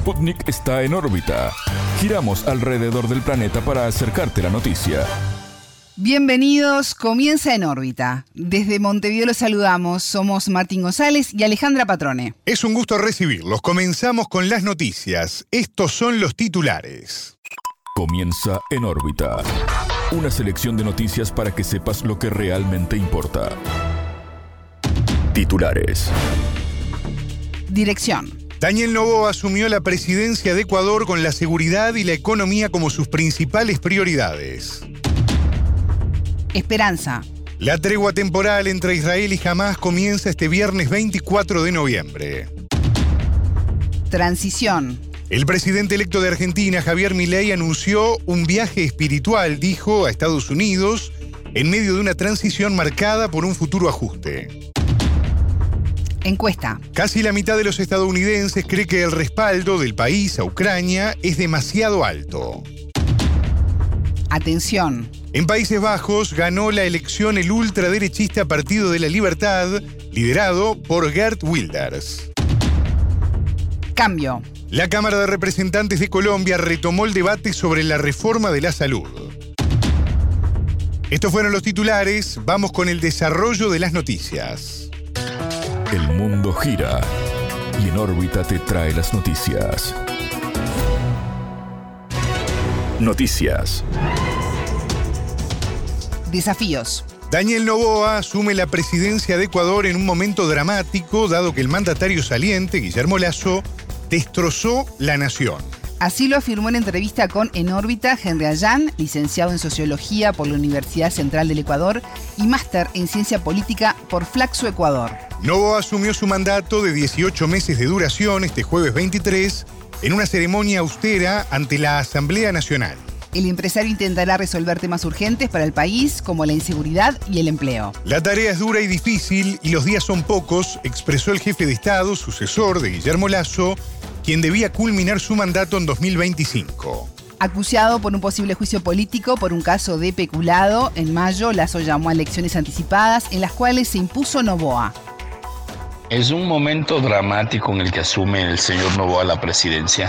Sputnik está en órbita. Giramos alrededor del planeta para acercarte la noticia. Bienvenidos, comienza En órbita. Desde Montevideo los saludamos, somos Martín González y Alejandra Patrone. Es un gusto recibirlos. Comenzamos con las noticias. Estos son los titulares. Comienza En órbita. Una selección de noticias para que sepas lo que realmente importa. Titulares. Dirección. Daniel Noboa asumió la presidencia de Ecuador con la seguridad y la economía como sus principales prioridades. Esperanza. La tregua temporal entre Israel y Hamás comienza este viernes 24 de noviembre. Transición. El presidente electo de Argentina, Javier Milei, anunció un viaje espiritual, dijo, a Estados Unidos, en medio de una transición marcada por un futuro ajuste. Encuesta. Casi la mitad de los estadounidenses cree que el respaldo del país a Ucrania es demasiado alto. Atención. En Países Bajos ganó la elección el ultraderechista Partido de la Libertad, liderado por Geert Wilders. Cambio. La Cámara de Representantes de Colombia retomó el debate sobre la reforma de la salud. Estos fueron los titulares. Vamos con el desarrollo de las noticias. El mundo gira y En órbita te trae las noticias. Noticias. Desafíos. Daniel Noboa asume la presidencia de Ecuador en un momento dramático, dado que el mandatario saliente, Guillermo Lasso, destrozó la nación. Así lo afirmó en entrevista con En órbita Henry Allán, licenciado en Sociología por la Universidad Central del Ecuador y máster en Ciencia Política por Flaxo Ecuador. Noboa asumió su mandato de 18 meses de duración este jueves 23 en una ceremonia austera ante la Asamblea Nacional. El empresario intentará resolver temas urgentes para el país, como la inseguridad y el empleo. La tarea es dura y difícil y los días son pocos, expresó el jefe de Estado, sucesor de Guillermo Lasso, quien debía culminar su mandato en 2025. Acuciado por un posible juicio político por un caso de peculado, en mayo Lasso llamó a elecciones anticipadas en las cuales se impuso Noboa. Es un momento dramático en el que asume el señor Noboa la presidencia,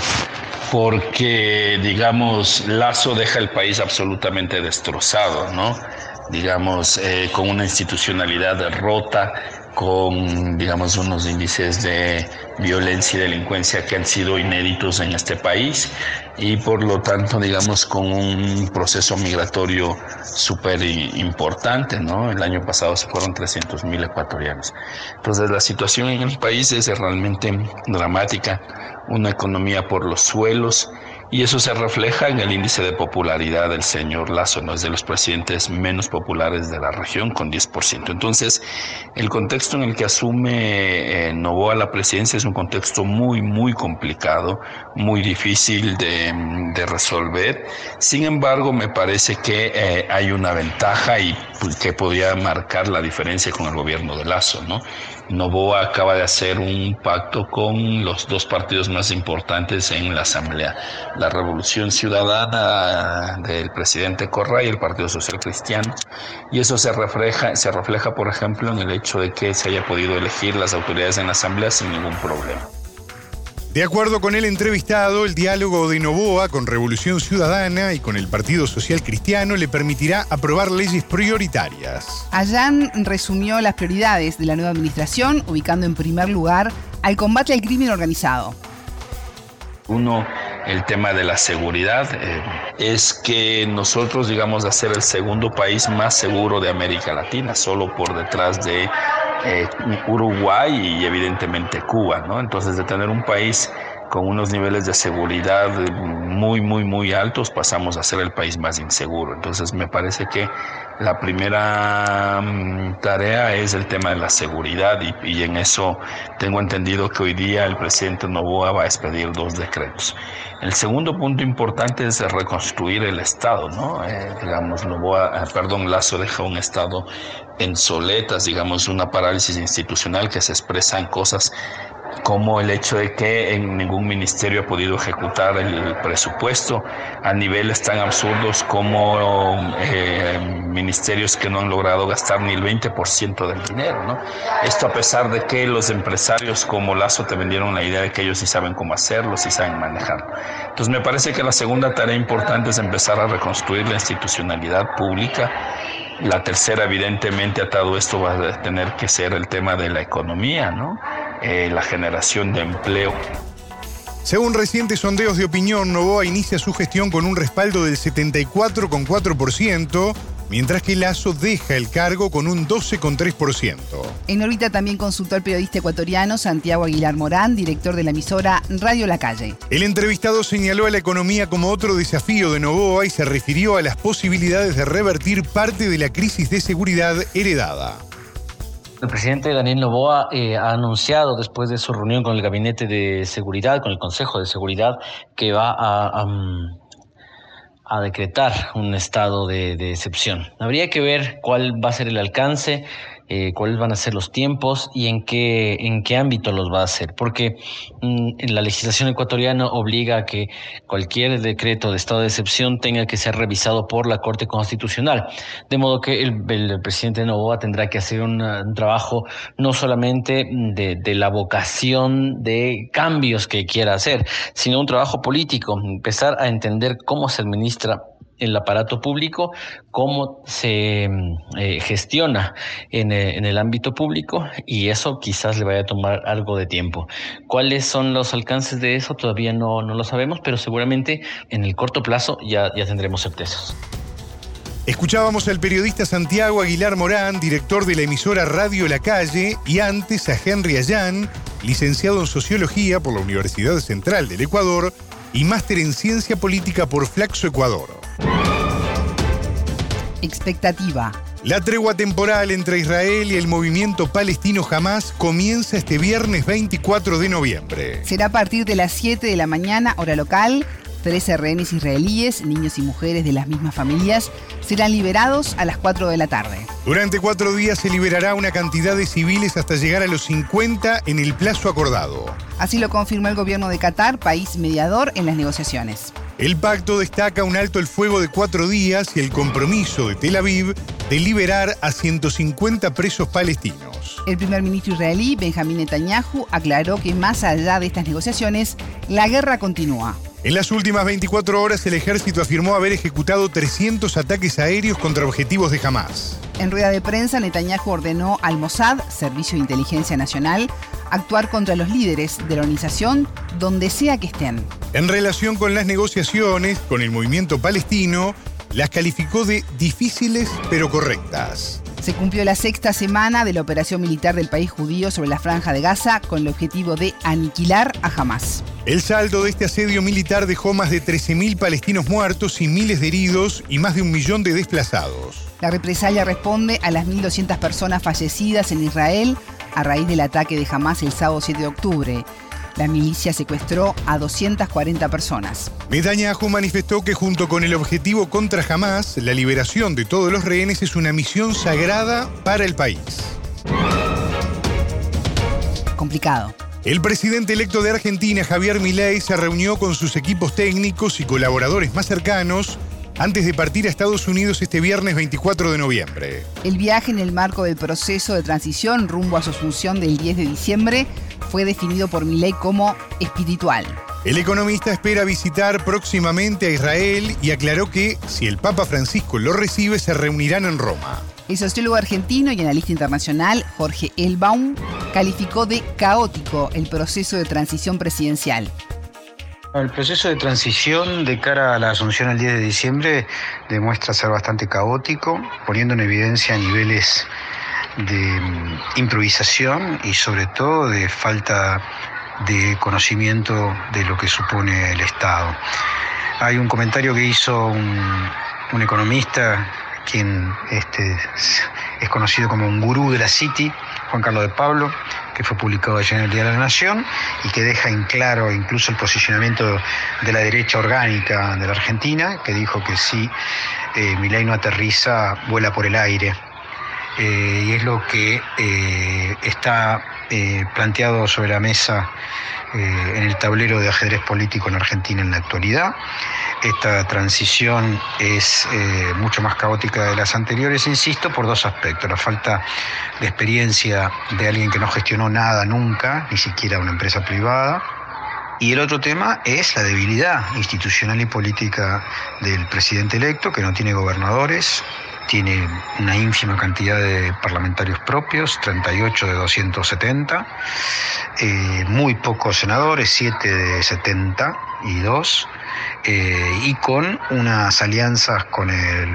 porque, digamos, Lasso deja el país absolutamente destrozado, ¿no? Digamos, con una institucionalidad rota, con, digamos, unos índices de violencia y delincuencia que han sido inéditos en este país y, por lo tanto, digamos, con un proceso migratorio súper importante, ¿no? El año pasado se fueron 300,000 ecuatorianos. Entonces, la situación en el país es realmente dramática, una economía por los suelos, y eso se refleja en el índice de popularidad del señor Lasso, ¿no? Es de los presidentes menos populares de la región, con 10%. Entonces, el contexto en el que asume Noboa la presidencia es un contexto muy, muy complicado, muy difícil de resolver. Sin embargo, me parece que hay una ventaja y que podría marcar la diferencia con el gobierno de Lasso, ¿no? Noboa acaba de hacer un pacto con los dos partidos más importantes en la Asamblea, la Revolución Ciudadana del presidente Correa y el Partido Social Cristiano, y eso se refleja, por ejemplo, en el hecho de que se haya podido elegir las autoridades en la Asamblea sin ningún problema. De acuerdo con el entrevistado, el diálogo de Noboa con Revolución Ciudadana y con el Partido Social Cristiano le permitirá aprobar leyes prioritarias. Allán resumió las prioridades de la nueva administración, ubicando en primer lugar al combate al crimen organizado. Uno, el tema de la seguridad, es que nosotros llegamos a ser el segundo país más seguro de América Latina, solo por detrás de Uruguay y evidentemente Cuba, ¿no? Entonces, de tener un país con unos niveles de seguridad muy, muy, muy altos, pasamos a ser el país más inseguro. Entonces, me parece que la primera tarea es el tema de la seguridad y en eso tengo entendido que hoy día el presidente Noboa va a expedir 2 decretos. El segundo punto importante es reconstruir el Estado, ¿no? Lasso deja un Estado en soletas, digamos, una parálisis institucional que se expresa en cosas como el hecho de que en ningún ministerio ha podido ejecutar el presupuesto a niveles tan absurdos como ministerios que no han logrado gastar ni el 20% del dinero, ¿no? Esto a pesar de que los empresarios como Lasso te vendieron la idea de que ellos sí saben cómo hacerlo, sí saben manejarlo. Entonces me parece que la segunda tarea importante es empezar a reconstruir la institucionalidad pública. La tercera, evidentemente, atado esto va a tener que ser el tema de la economía, ¿no? La generación de empleo. Según recientes sondeos de opinión, Noboa inicia su gestión con un respaldo del 74,4%, mientras que Lasso deja el cargo con un 12,3%. En órbita también consultó al periodista ecuatoriano Santiago Aguilar Morán, director de la emisora Radio La Calle. El entrevistado señaló a la economía como otro desafío de Noboa y se refirió a las posibilidades de revertir parte de la crisis de seguridad heredada. El presidente Daniel Noboa ha anunciado después de su reunión con el Gabinete de Seguridad, con el Consejo de Seguridad, que va a decretar un estado de excepción. Habría que ver cuál va a ser el alcance, cuáles van a ser los tiempos y en qué ámbito los va a hacer, porque la legislación ecuatoriana obliga a que cualquier decreto de estado de excepción tenga que ser revisado por la Corte Constitucional, de modo que el presidente Noboa tendrá que hacer un trabajo no solamente de la vocación de cambios que quiera hacer, sino un trabajo político, empezar a entender cómo se administra el aparato público, cómo se gestiona en el ámbito público, y eso quizás le vaya a tomar algo de tiempo. ¿Cuáles son los alcances de eso? Todavía no lo sabemos, pero seguramente en el corto plazo ya tendremos certezas. Escuchábamos al periodista Santiago Aguilar Morán, director de la emisora Radio La Calle, y antes a Henry Allán, licenciado en Sociología por la Universidad Central del Ecuador y máster en Ciencia Política por Flaxo Ecuador. Expectativa. La tregua temporal entre Israel y el movimiento palestino Hamás comienza este viernes 24 de noviembre. Será a partir de las 7 de la mañana, hora local. 13 rehenes israelíes, niños y mujeres de las mismas familias, serán liberados a las 4 de la tarde. Durante 4 días se liberará una cantidad de civiles hasta llegar a los 50 en el plazo acordado. Así lo confirmó el gobierno de Qatar, país mediador en las negociaciones. El pacto destaca un alto el fuego de 4 días y el compromiso de Tel Aviv de liberar a 150 presos palestinos. El primer ministro israelí, Benjamín Netanyahu, aclaró que más allá de estas negociaciones, la guerra continúa. En las últimas 24 horas, el ejército afirmó haber ejecutado 300 ataques aéreos contra objetivos de Hamás. En rueda de prensa, Netanyahu ordenó al Mossad, Servicio de Inteligencia Nacional, actuar contra los líderes de la organización donde sea que estén. En relación con las negociaciones con el movimiento palestino, las calificó de difíciles pero correctas. Se cumplió la 6ª semana de la operación militar del país judío sobre la Franja de Gaza con el objetivo de aniquilar a Hamás. El saldo de este asedio militar dejó más de 13.000 palestinos muertos y miles de heridos y más de 1 millón de desplazados. La represalia responde a las 1.200 personas fallecidas en Israel a raíz del ataque de Hamás el sábado 7 de octubre. La milicia secuestró a 240 personas. Netanyahu manifestó que junto con el objetivo contra Hamás, la liberación de todos los rehenes es una misión sagrada para el país. Complicado. El presidente electo de Argentina, Javier Milei, se reunió con sus equipos técnicos y colaboradores más cercanos antes de partir a Estados Unidos este viernes 24 de noviembre. El viaje en el marco del proceso de transición rumbo a su asunción del 10 de diciembre fue definido por Milei como espiritual. El economista espera visitar próximamente a Israel y aclaró que, si el Papa Francisco lo recibe, se reunirán en Roma. El sociólogo argentino y analista internacional Jorge Elbaum calificó de caótico el proceso de transición presidencial. El proceso de transición de cara a la asunción el 10 de diciembre demuestra ser bastante caótico, poniendo en evidencia niveles de improvisación y sobre todo de falta de conocimiento de lo que supone el Estado. Hay un comentario que hizo un economista, quien es conocido como un gurú de la City, Juan Carlos de Pablo, que fue publicado ayer en el Diario de la Nación y que deja en claro incluso el posicionamiento de la derecha orgánica de la Argentina, que dijo que si Milei no aterriza, vuela por el aire. Y es lo que está planteado sobre la mesa en el tablero de ajedrez político en Argentina en la actualidad. Esta transición es mucho más caótica de las anteriores, insisto, por dos aspectos. La falta de experiencia de alguien que no gestionó nada nunca, ni siquiera una empresa privada. Y el otro tema es la debilidad institucional y política del presidente electo, que no tiene gobernadores, tiene una ínfima cantidad de parlamentarios propios, 38 de 270, muy pocos senadores, 7 de 72, y con unas alianzas con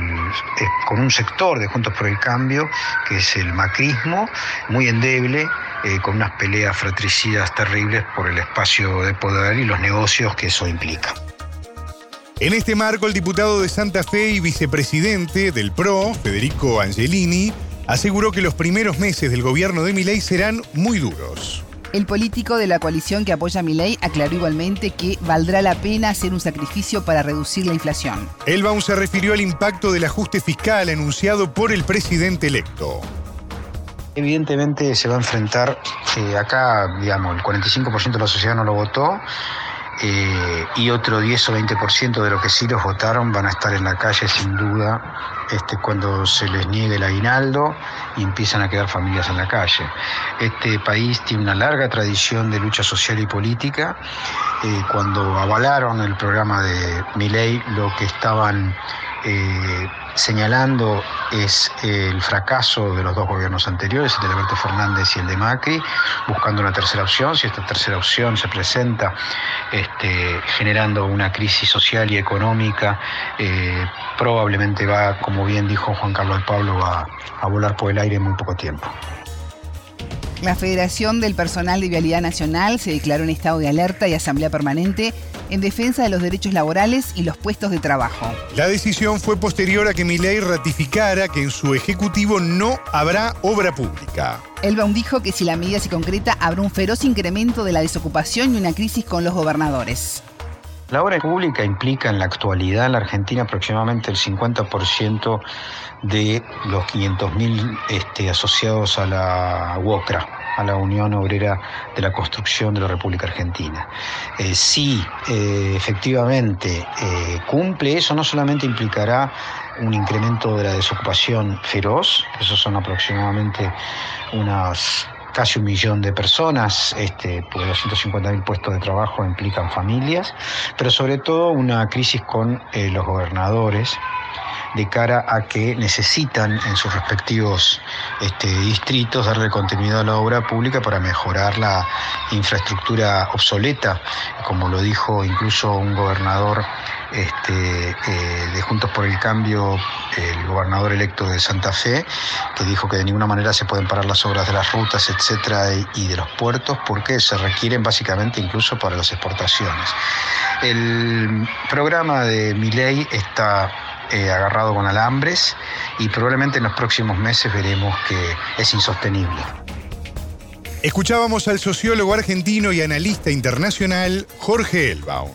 un sector de Juntos por el Cambio, que es el macrismo, muy endeble, con unas peleas fratricidas terribles por el espacio de poder y los negocios que eso implica. En este marco, el diputado de Santa Fe y vicepresidente del PRO, Federico Angelini, aseguró que los primeros meses del gobierno de Milei serán muy duros. El político de la coalición que apoya a Milei aclaró igualmente que valdrá la pena hacer un sacrificio para reducir la inflación. Elbaum se refirió al impacto del ajuste fiscal anunciado por el presidente electo. Evidentemente se va a enfrentar, acá, digamos, el 45% de la sociedad no lo votó, y otro 10 o 20% de los que sí los votaron van a estar en la calle sin duda cuando se les niegue el aguinaldo y empiezan a quedar familias en la calle. Este país tiene una larga tradición de lucha social y política. Cuando avalaron el programa de Milei, lo que estaban señalando es el fracaso de los dos gobiernos anteriores, el de Alberto Fernández y el de Macri, buscando una tercera opción. Si esta tercera opción se presenta generando una crisis social y económica, probablemente va, como bien dijo Juan Carlos del Pablo, va a volar por el aire en muy poco tiempo. La Federación del Personal de Vialidad Nacional se declaró en estado de alerta y asamblea permanente en defensa de los derechos laborales y los puestos de trabajo. La decisión fue posterior a que Milei ratificara que en su ejecutivo no habrá obra pública. Elbaum dijo que si la medida se concreta, habrá un feroz incremento de la desocupación y una crisis con los gobernadores. La obra pública implica en la actualidad en la Argentina aproximadamente el 50% de los 500.000 asociados a la UOCRA, a la Unión Obrera de la Construcción de la República Argentina. Si efectivamente cumple eso, no solamente implicará un incremento de la desocupación feroz, esos son aproximadamente casi 1 millón de personas, porque 250.000 puestos de trabajo implican familias, pero sobre todo una crisis con los gobernadores, de cara a que necesitan en sus respectivos distritos darle continuidad a la obra pública para mejorar la infraestructura obsoleta, como lo dijo incluso un gobernador de Juntos por el Cambio, el gobernador electo de Santa Fe, que dijo que de ninguna manera se pueden parar las obras de las rutas, etcétera, y de los puertos, porque se requieren básicamente incluso para las exportaciones. El programa de Milei está agarrado con alambres y probablemente en los próximos meses veremos que es insostenible. Escuchábamos al sociólogo argentino y analista internacional Jorge Elbaum.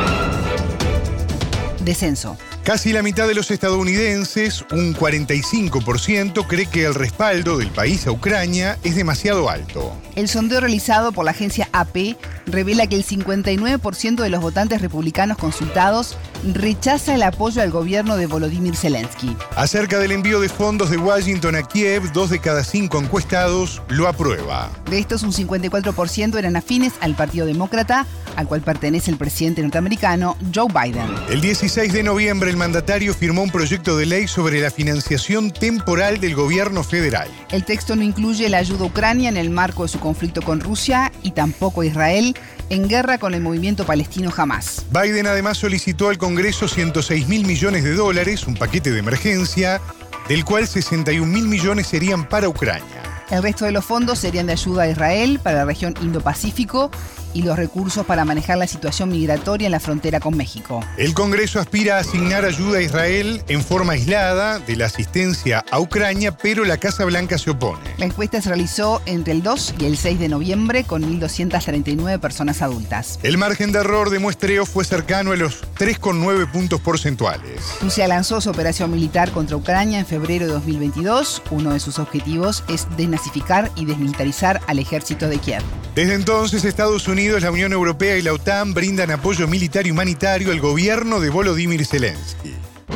Descenso. Casi la mitad de los estadounidenses, un 45%, cree que el respaldo del país a Ucrania es demasiado alto. El sondeo realizado por la agencia AP revela que el 59% de los votantes republicanos consultados rechaza el apoyo al gobierno de Volodymyr Zelensky. Acerca del envío de fondos de Washington a Kiev, 2 de cada 5 encuestados lo aprueba. De estos, un 54% eran afines al Partido Demócrata, al cual pertenece el presidente norteamericano Joe Biden. El 16 de noviembre, el mandatario firmó un proyecto de ley sobre la financiación temporal del gobierno federal. El texto no incluye la ayuda a Ucrania en el marco de su conflicto con Rusia y tampoco a Israel, en guerra con el movimiento palestino Hamás. Biden además solicitó al Congreso $106.000 millones, un paquete de emergencia, del cual $61.000 millones serían para Ucrania. El resto de los fondos serían de ayuda a Israel para la región Indo-Pacífico y los recursos para manejar la situación migratoria en la frontera con México. El Congreso aspira a asignar ayuda a Israel en forma aislada de la asistencia a Ucrania, pero la Casa Blanca se opone. La encuesta se realizó entre el 2 y el 6 de noviembre con 1.239 personas adultas. El margen de error de muestreo fue cercano a los 3,9 puntos porcentuales. Rusia lanzó su operación militar contra Ucrania en febrero de 2022. Uno de sus objetivos es desnazificar y desmilitarizar al ejército de Kiev. Desde entonces, Estados Unidos, la Unión Europea y la OTAN brindan apoyo militar y humanitario al gobierno de Volodymyr Zelensky.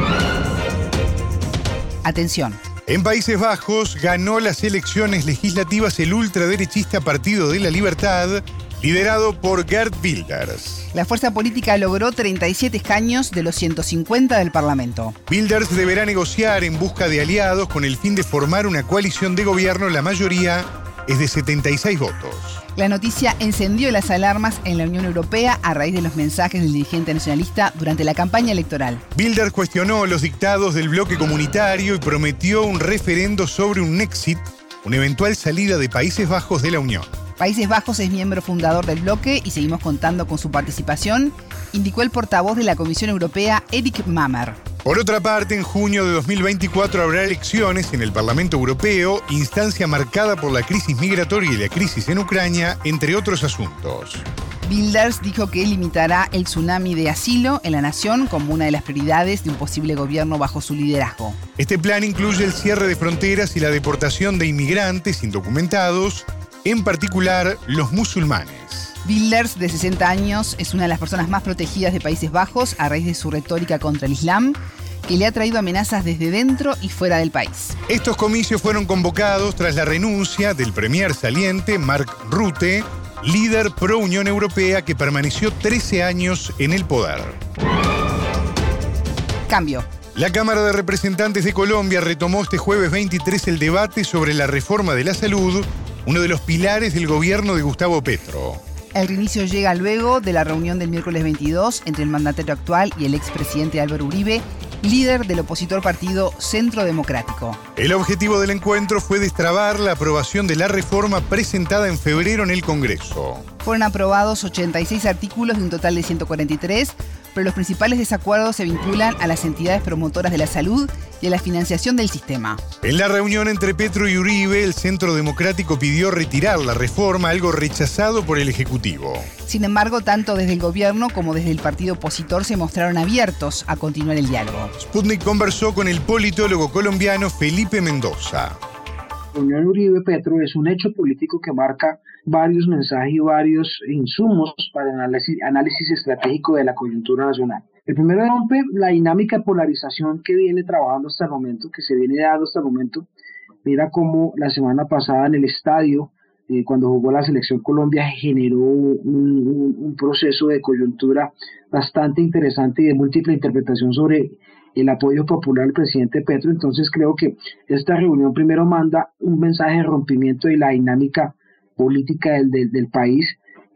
Atención. En Países Bajos ganó las elecciones legislativas el ultraderechista Partido de la Libertad, liderado por Geert Wilders. La fuerza política logró 37 escaños de los 150 del Parlamento. Wilders deberá negociar en busca de aliados con el fin de formar una coalición de gobierno. La mayoría es de 76 votos. La noticia encendió las alarmas en la Unión Europea a raíz de los mensajes del dirigente nacionalista durante la campaña electoral. Wilders cuestionó los dictados del bloque comunitario y prometió un referendo sobre un Nexit, una eventual salida de Países Bajos de la Unión. Países Bajos es miembro fundador del bloque y seguimos contando con su participación, indicó el portavoz de la Comisión Europea, Erik Mammer. Por otra parte, en junio de 2024 habrá elecciones en el Parlamento Europeo, instancia marcada por la crisis migratoria y la crisis en Ucrania, entre otros asuntos. Wilders dijo que limitará el tsunami de asilo en la nación como una de las prioridades de un posible gobierno bajo su liderazgo. Este plan incluye el cierre de fronteras y la deportación de inmigrantes indocumentados, en particular los musulmanes. Wilders, de 60 años, es una de las personas más protegidas de Países Bajos a raíz de su retórica contra el Islam, que le ha traído amenazas desde dentro y fuera del país. Estos comicios fueron convocados tras la renuncia del premier saliente Mark Rutte, líder pro Unión Europea que permaneció 13 años en el poder. Cambio. La Cámara de Representantes de Colombia retomó este jueves 23 el debate sobre la reforma de la salud, uno de los pilares del gobierno de Gustavo Petro. El reinicio llega luego de la reunión del miércoles 22 entre el mandatario actual y el expresidente Álvaro Uribe, líder del opositor partido Centro Democrático. El objetivo del encuentro fue destrabar la aprobación de la reforma presentada en febrero en el Congreso. Fueron aprobados 86 artículos de un total de 143, pero los principales desacuerdos se vinculan a las entidades promotoras de la salud y a la financiación del sistema. En la reunión entre Petro y Uribe, el Centro Democrático pidió retirar la reforma, algo rechazado por el Ejecutivo. Sin embargo, tanto desde el gobierno como desde el partido opositor se mostraron abiertos a continuar el diálogo. Sputnik conversó con el politólogo colombiano Felipe Mendoza. La unión Uribe-Petro es un hecho político que marca varios mensajes y varios insumos para el análisis estratégico de la coyuntura nacional. El primero rompe la dinámica de polarización que viene trabajando hasta el momento, que se viene dando hasta el momento. Mira cómo la semana pasada en el estadio, cuando jugó la Selección Colombia, generó un proceso de coyuntura bastante interesante y de múltiple interpretación sobre el apoyo popular al presidente Petro. Entonces creo que esta reunión primero manda un mensaje de rompimiento de la dinámica política del país,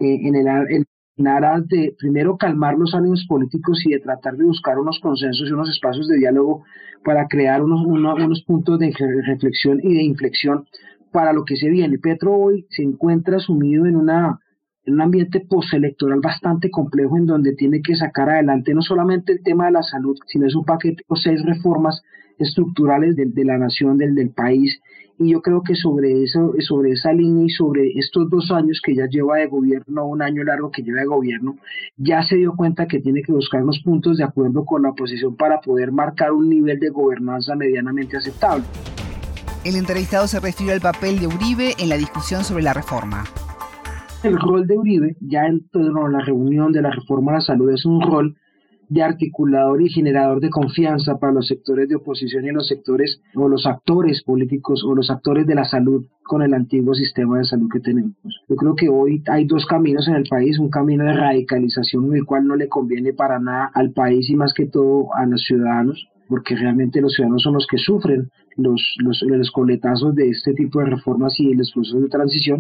en aras de primero calmar los ánimos políticos y de tratar de buscar unos consensos y unos espacios de diálogo para crear unos puntos de reflexión y de inflexión para lo que se viene. Petro hoy se encuentra sumido en un ambiente postelectoral bastante complejo, en donde tiene que sacar adelante no solamente el tema de la salud, sino es un paquete o 6 reformas estructurales de la nación, del país. Y yo creo que sobre esa línea y sobre estos 2 años que ya lleva de gobierno, un año largo que lleva de gobierno, ya se dio cuenta que tiene que buscar unos puntos de acuerdo con la oposición para poder marcar un nivel de gobernanza medianamente aceptable. El entrevistado se refirió al papel de Uribe en la discusión sobre la reforma. El rol de Uribe, ya en la reunión de la reforma a la salud, es un rol de articulador y generador de confianza para los sectores de oposición y los sectores o los actores políticos o los actores de la salud con el antiguo sistema de salud que tenemos. Yo creo que hoy hay 2 caminos en el país, un camino de radicalización en el cual no le conviene para nada al país y más que todo a los ciudadanos, porque realmente los ciudadanos son los que sufren los coletazos de este tipo de reformas y los procesos de transición,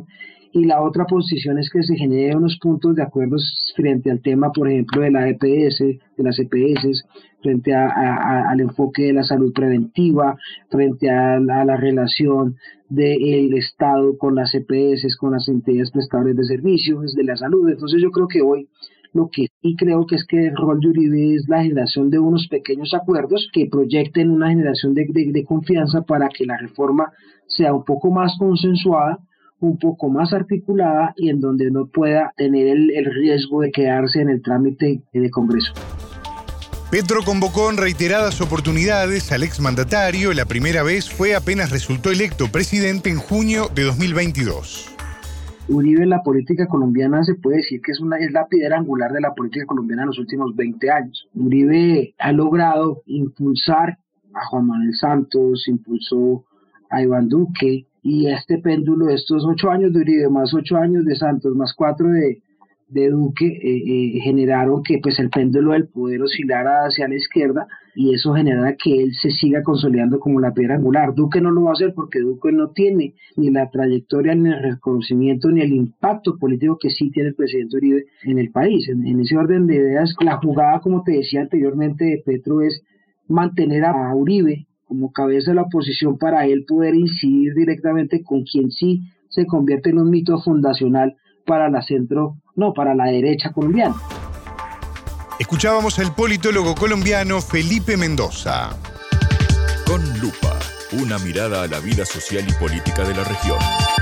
y la otra posición es que se generen unos puntos de acuerdo frente al tema, por ejemplo, de la EPS, de las EPS, frente al enfoque de la salud preventiva, frente a la relación del Estado con las EPS, con las entidades prestadoras de servicios, de la salud. Entonces yo creo que hoy lo que sí creo que es que el rol de Uribe es la generación de unos pequeños acuerdos que proyecten una generación de confianza para que la reforma sea un poco más consensuada, un poco más articulada y en donde no pueda tener el riesgo de quedarse en el trámite de Congreso. Petro convocó en reiteradas oportunidades al exmandatario. La primera vez fue apenas resultó electo presidente en junio de 2022. Uribe en la política colombiana se puede decir que es la piedra angular de la política colombiana en los últimos 20 años. Uribe ha logrado impulsar a Juan Manuel Santos, impulsó a Iván Duque, y este péndulo de estos 8 años de Uribe, más 8 años de Santos, más 4 de Duque, generaron que pues el péndulo del poder oscilara hacia la izquierda, y eso genera que él se siga consolidando como la piedra angular. Duque no lo va a hacer porque Duque no tiene ni la trayectoria, ni el reconocimiento, ni el impacto político que sí tiene el presidente Uribe en el país. En ese orden de ideas, la jugada, como te decía anteriormente, de Petro es mantener a Uribe como cabeza de la oposición para él poder incidir directamente con quien sí se convierte en un mito fundacional para la derecha colombiana. Escuchábamos al politólogo colombiano Felipe Mendoza. Con lupa, una mirada a la vida social y política de la región.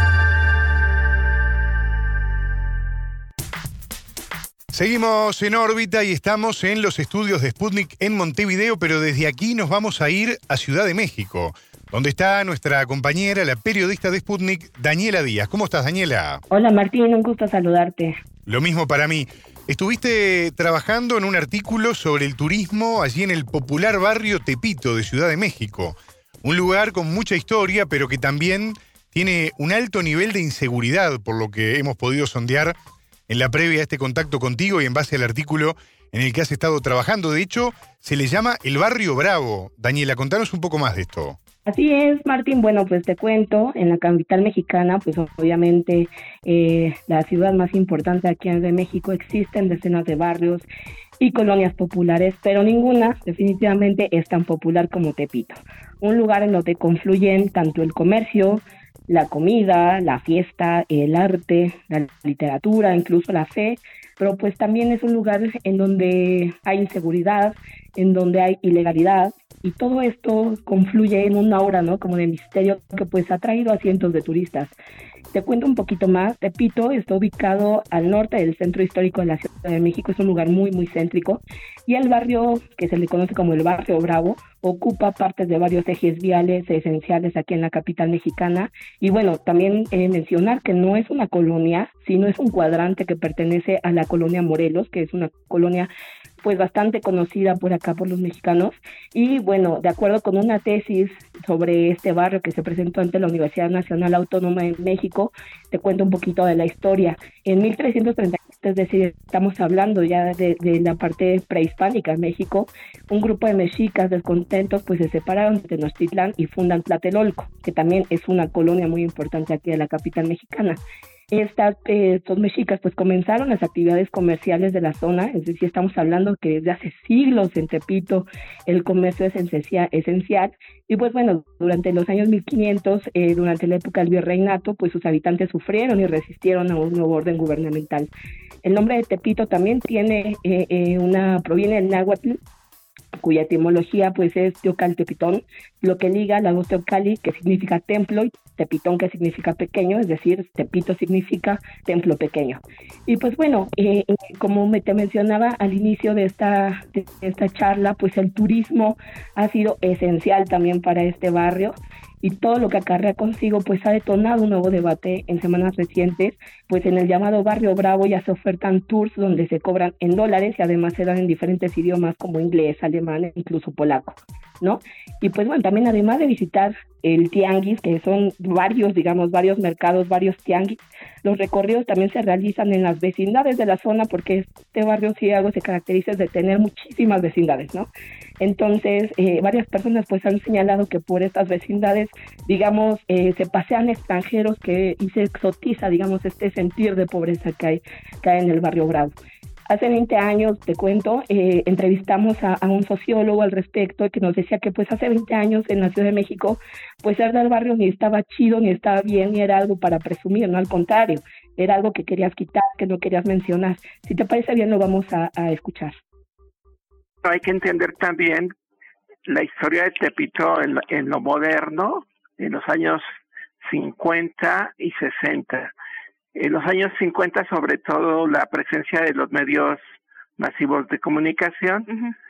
Seguimos en órbita y estamos en los estudios de Sputnik en Montevideo, pero desde aquí nos vamos a ir a Ciudad de México, donde está nuestra compañera, la periodista de Sputnik, Daniela Díaz. ¿Cómo estás, Daniela? Hola, Martín, un gusto saludarte. Lo mismo para mí. Estuviste trabajando en un artículo sobre el turismo allí en el popular barrio Tepito de Ciudad de México. Un lugar con mucha historia, pero que también tiene un alto nivel de inseguridad, por lo que hemos podido sondear en la previa a este contacto contigo y en base al artículo en el que has estado trabajando. De hecho, se le llama el Barrio Bravo. Daniela, contanos un poco más de esto. Así es, Martín. Bueno, pues te cuento, en la capital mexicana, pues obviamente la ciudad más importante aquí de México, existen decenas de barrios y colonias populares, pero ninguna definitivamente es tan popular como Tepito. Un lugar en donde confluyen tanto el comercio, la comida, la fiesta, el arte, la literatura, incluso la fe, pero pues también es un lugar en donde hay inseguridad, en donde hay ilegalidad, y todo esto confluye en una aura, ¿no?, como de misterio que pues ha traído a cientos de turistas. Te cuento un poquito más. Tepito está ubicado al norte del centro histórico de la Ciudad de México, es un lugar muy, muy céntrico, y el barrio, que se le conoce como el Barrio Bravo, ocupa partes de varios ejes viales esenciales aquí en la capital mexicana. Y bueno, también mencionar que no es una colonia, sino es un cuadrante que pertenece a la colonia Morelos, que es una colonia pues bastante conocida por acá por los mexicanos. Y bueno, de acuerdo con una tesis sobre este barrio que se presentó ante la Universidad Nacional Autónoma de México, te cuento un poquito de la historia. En 1330, es decir, estamos hablando ya de la parte prehispánica de México, un grupo de mexicas descontentos pues se separaron de Tenochtitlán y fundan Tlatelolco, que también es una colonia muy importante aquí de la capital mexicana. Estos mexicas pues comenzaron las actividades comerciales de la zona, es decir, estamos hablando que desde hace siglos en Tepito el comercio es esencial, y pues bueno, durante los años 1500, durante la época del virreinato, pues sus habitantes sufrieron y resistieron a un nuevo orden gubernamental. El nombre de Tepito también proviene del náhuatl, cuya etimología pues es Teocaltepitón, lo que liga la voz Teocalli, que significa templo, y Tepitón, que significa pequeño, es decir, Tepito significa templo pequeño. Y pues bueno, como te mencionaba al inicio de esta charla, pues el turismo ha sido esencial también para este barrio, y todo lo que acarrea consigo pues ha detonado un nuevo debate en semanas recientes, pues en el llamado Barrio Bravo ya se ofertan tours donde se cobran en dólares y además se dan en diferentes idiomas como inglés, alemán e incluso polaco. ¿no? Y pues bueno, también además de visitar el tianguis, que son varios mercados, varios tianguis, los recorridos también se realizan en las vecindades de la zona, porque este barrio Ciego se caracteriza de tener muchísimas vecindades, ¿no? Entonces, varias personas pues han señalado que por estas vecindades, digamos, se pasean extranjeros y se exotiza, digamos, este sentir de pobreza que hay en el barrio Bravo. Hace 20 años, te cuento, entrevistamos a un sociólogo al respecto que nos decía que pues hace 20 años en la Ciudad de México, pues ser del barrio ni estaba chido, ni estaba bien, ni era algo para presumir, no, al contrario, era algo que querías quitar, que no querías mencionar. Si te parece bien, lo vamos a escuchar. Hay que entender también la historia de Tepito en lo moderno, en los años 50 y 60. En los años 50, sobre todo, la presencia de los medios masivos de comunicación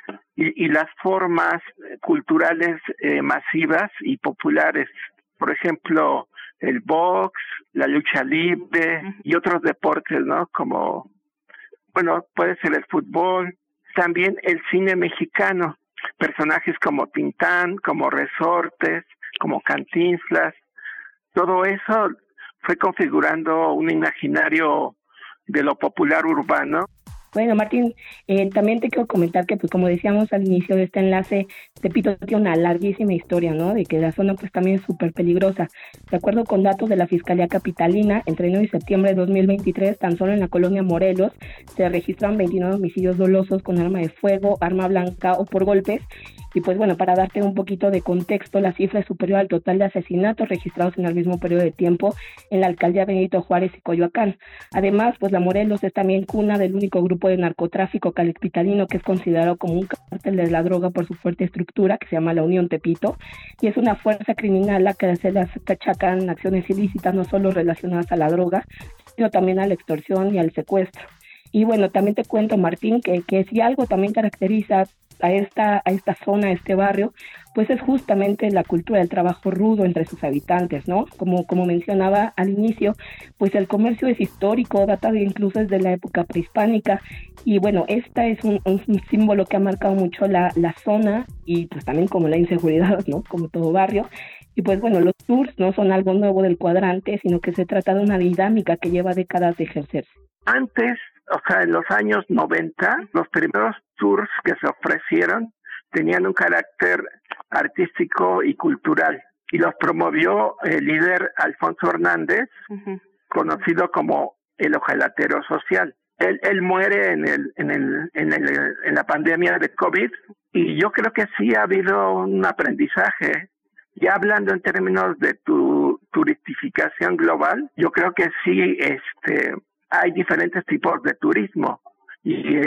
y las formas culturales masivas y populares. Por ejemplo, el box, la lucha libre y otros deportes, ¿no? Como, bueno, puede ser el fútbol. También el cine mexicano. Personajes como Tintán, como Resortes, como Cantinflas. Todo eso fue configurando un imaginario de lo popular urbano. Bueno, Martín, también te quiero comentar que, pues como decíamos al inicio de este enlace, Tepito tiene una larguísima historia, ¿no? De que la zona pues también es súper peligrosa. De acuerdo con datos de la Fiscalía Capitalina, entre enero y septiembre de 2023, tan solo en la colonia Morelos, se registraron 29 homicidios dolosos con arma de fuego, arma blanca o por golpes. Y pues bueno, para darte un poquito de contexto, la cifra es superior al total de asesinatos registrados en el mismo periodo de tiempo en la alcaldía Benito Juárez y Coyoacán. Además, pues la Morelos es también cuna del único grupo de narcotráfico capitalino que es considerado como un cártel de la droga por su fuerte estructura, que se llama la Unión Tepito, y es una fuerza criminal a la que se les achacan acciones ilícitas no solo relacionadas a la droga, sino también a la extorsión y al secuestro. Y bueno, también te cuento, Martín, que si algo también caracteriza a esta zona, a este barrio, pues es justamente la cultura del trabajo rudo entre sus habitantes, ¿no? Como mencionaba al inicio, pues el comercio es histórico, data incluso desde la época prehispánica, y bueno, esta es un símbolo que ha marcado mucho la zona, y pues también como la inseguridad, ¿no? Como todo barrio. Y pues bueno, los tours no son algo nuevo del cuadrante, sino que se trata de una dinámica que lleva décadas de ejercerse. Antes, o sea, en los años 90, los primeros tours que se ofrecieron tenían un carácter artístico y cultural, y los promovió el líder Alfonso Hernández, conocido como el ojelatero social. Él muere en la pandemia de COVID, y yo creo que sí ha habido un aprendizaje. Ya hablando en términos de turistificación global, yo creo que sí hay diferentes tipos de turismo, y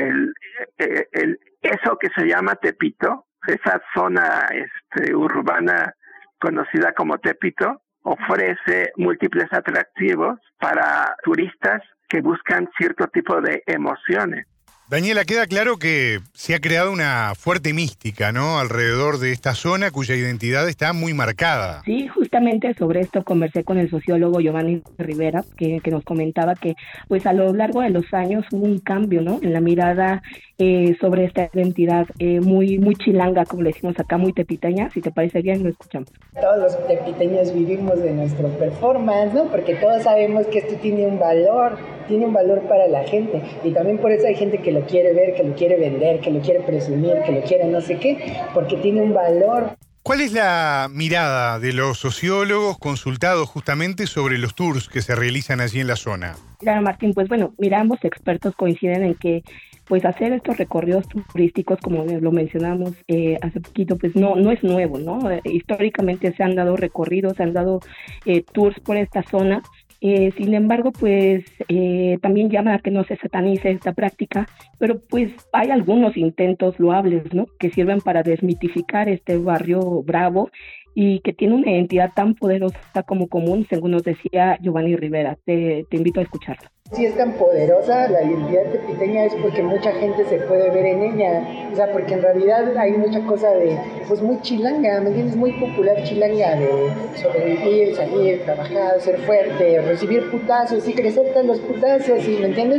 eso que se llama Tepito, esa zona urbana conocida como Tepito, ofrece múltiples atractivos para turistas que buscan cierto tipo de emociones. Daniela, queda claro que se ha creado una fuerte mística, ¿no?, alrededor de esta zona cuya identidad está muy marcada. Sí, justamente sobre esto conversé con el sociólogo Giovanni Rivera, que nos comentaba que pues a lo largo de los años hubo un cambio, ¿no?, en la mirada sobre esta identidad muy chilanga, como le decimos acá, muy tepiteña. Si te parece bien, lo escuchamos. Todos los tepiteños vivimos de nuestro performance, ¿no?, porque todos sabemos que esto tiene un valor para la gente, y también por eso hay gente que lo quiere ver, que lo quiere vender, que lo quiere presumir, que lo quiere no sé qué, porque tiene un valor. ¿Cuál es la mirada de los sociólogos consultados justamente sobre los tours que se realizan allí en la zona? Claro, Martín, pues bueno, mira, ambos expertos coinciden en que pues hacer estos recorridos turísticos, como lo mencionamos hace poquito, pues no es nuevo, ¿no? Históricamente se han dado recorridos, se han dado tours por esta zona. Sin embargo, pues también llama a que no se satanice esta práctica, pero pues hay algunos intentos loables, ¿no?, que sirven para desmitificar este barrio bravo y que tiene una identidad tan poderosa como común, según nos decía Giovanni Rivera. Te invito a escucharlo. Si es tan poderosa la identidad tepiteña es porque mucha gente se puede ver en ella, o sea, porque en realidad hay mucha cosa de, pues muy chilanga, ¿me entiendes? Muy popular chilanga, de sobrevivir, salir, trabajar, ser fuerte, recibir putazos y crecer tras los putazos, ¿sí? ¿Me entiendes?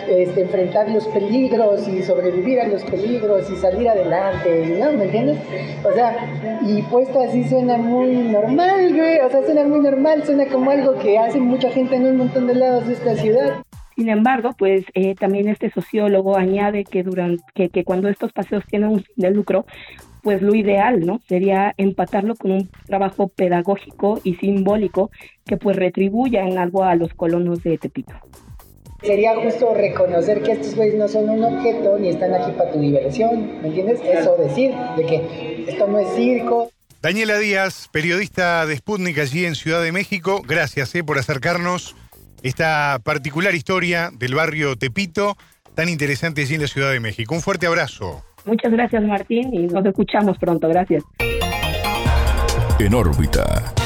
enfrentar los peligros y sobrevivir a los peligros y salir adelante, ¿no? ¿Me entiendes? O sea, y puesto así suena muy normal, güey, o sea, suena muy normal, suena como algo que hace mucha gente en un montón de lados de esta ciudad. Sin embargo, pues también este sociólogo añade que que cuando estos paseos tienen un fin de lucro, pues lo ideal, ¿no? Sería empatarlo con un trabajo pedagógico y simbólico que pues retribuya en algo a los colonos de Tepito. Sería justo reconocer que estos güeyes no son un objeto ni están aquí para tu diversión, ¿me entiendes? Eso decir, de que esto no es circo. Daniela Díaz, periodista de Sputnik allí en Ciudad de México, gracias por acercarnos esta particular historia del barrio Tepito, tan interesante allí en la Ciudad de México. Un fuerte abrazo. Muchas gracias, Martín, y nos escuchamos pronto. Gracias. En órbita.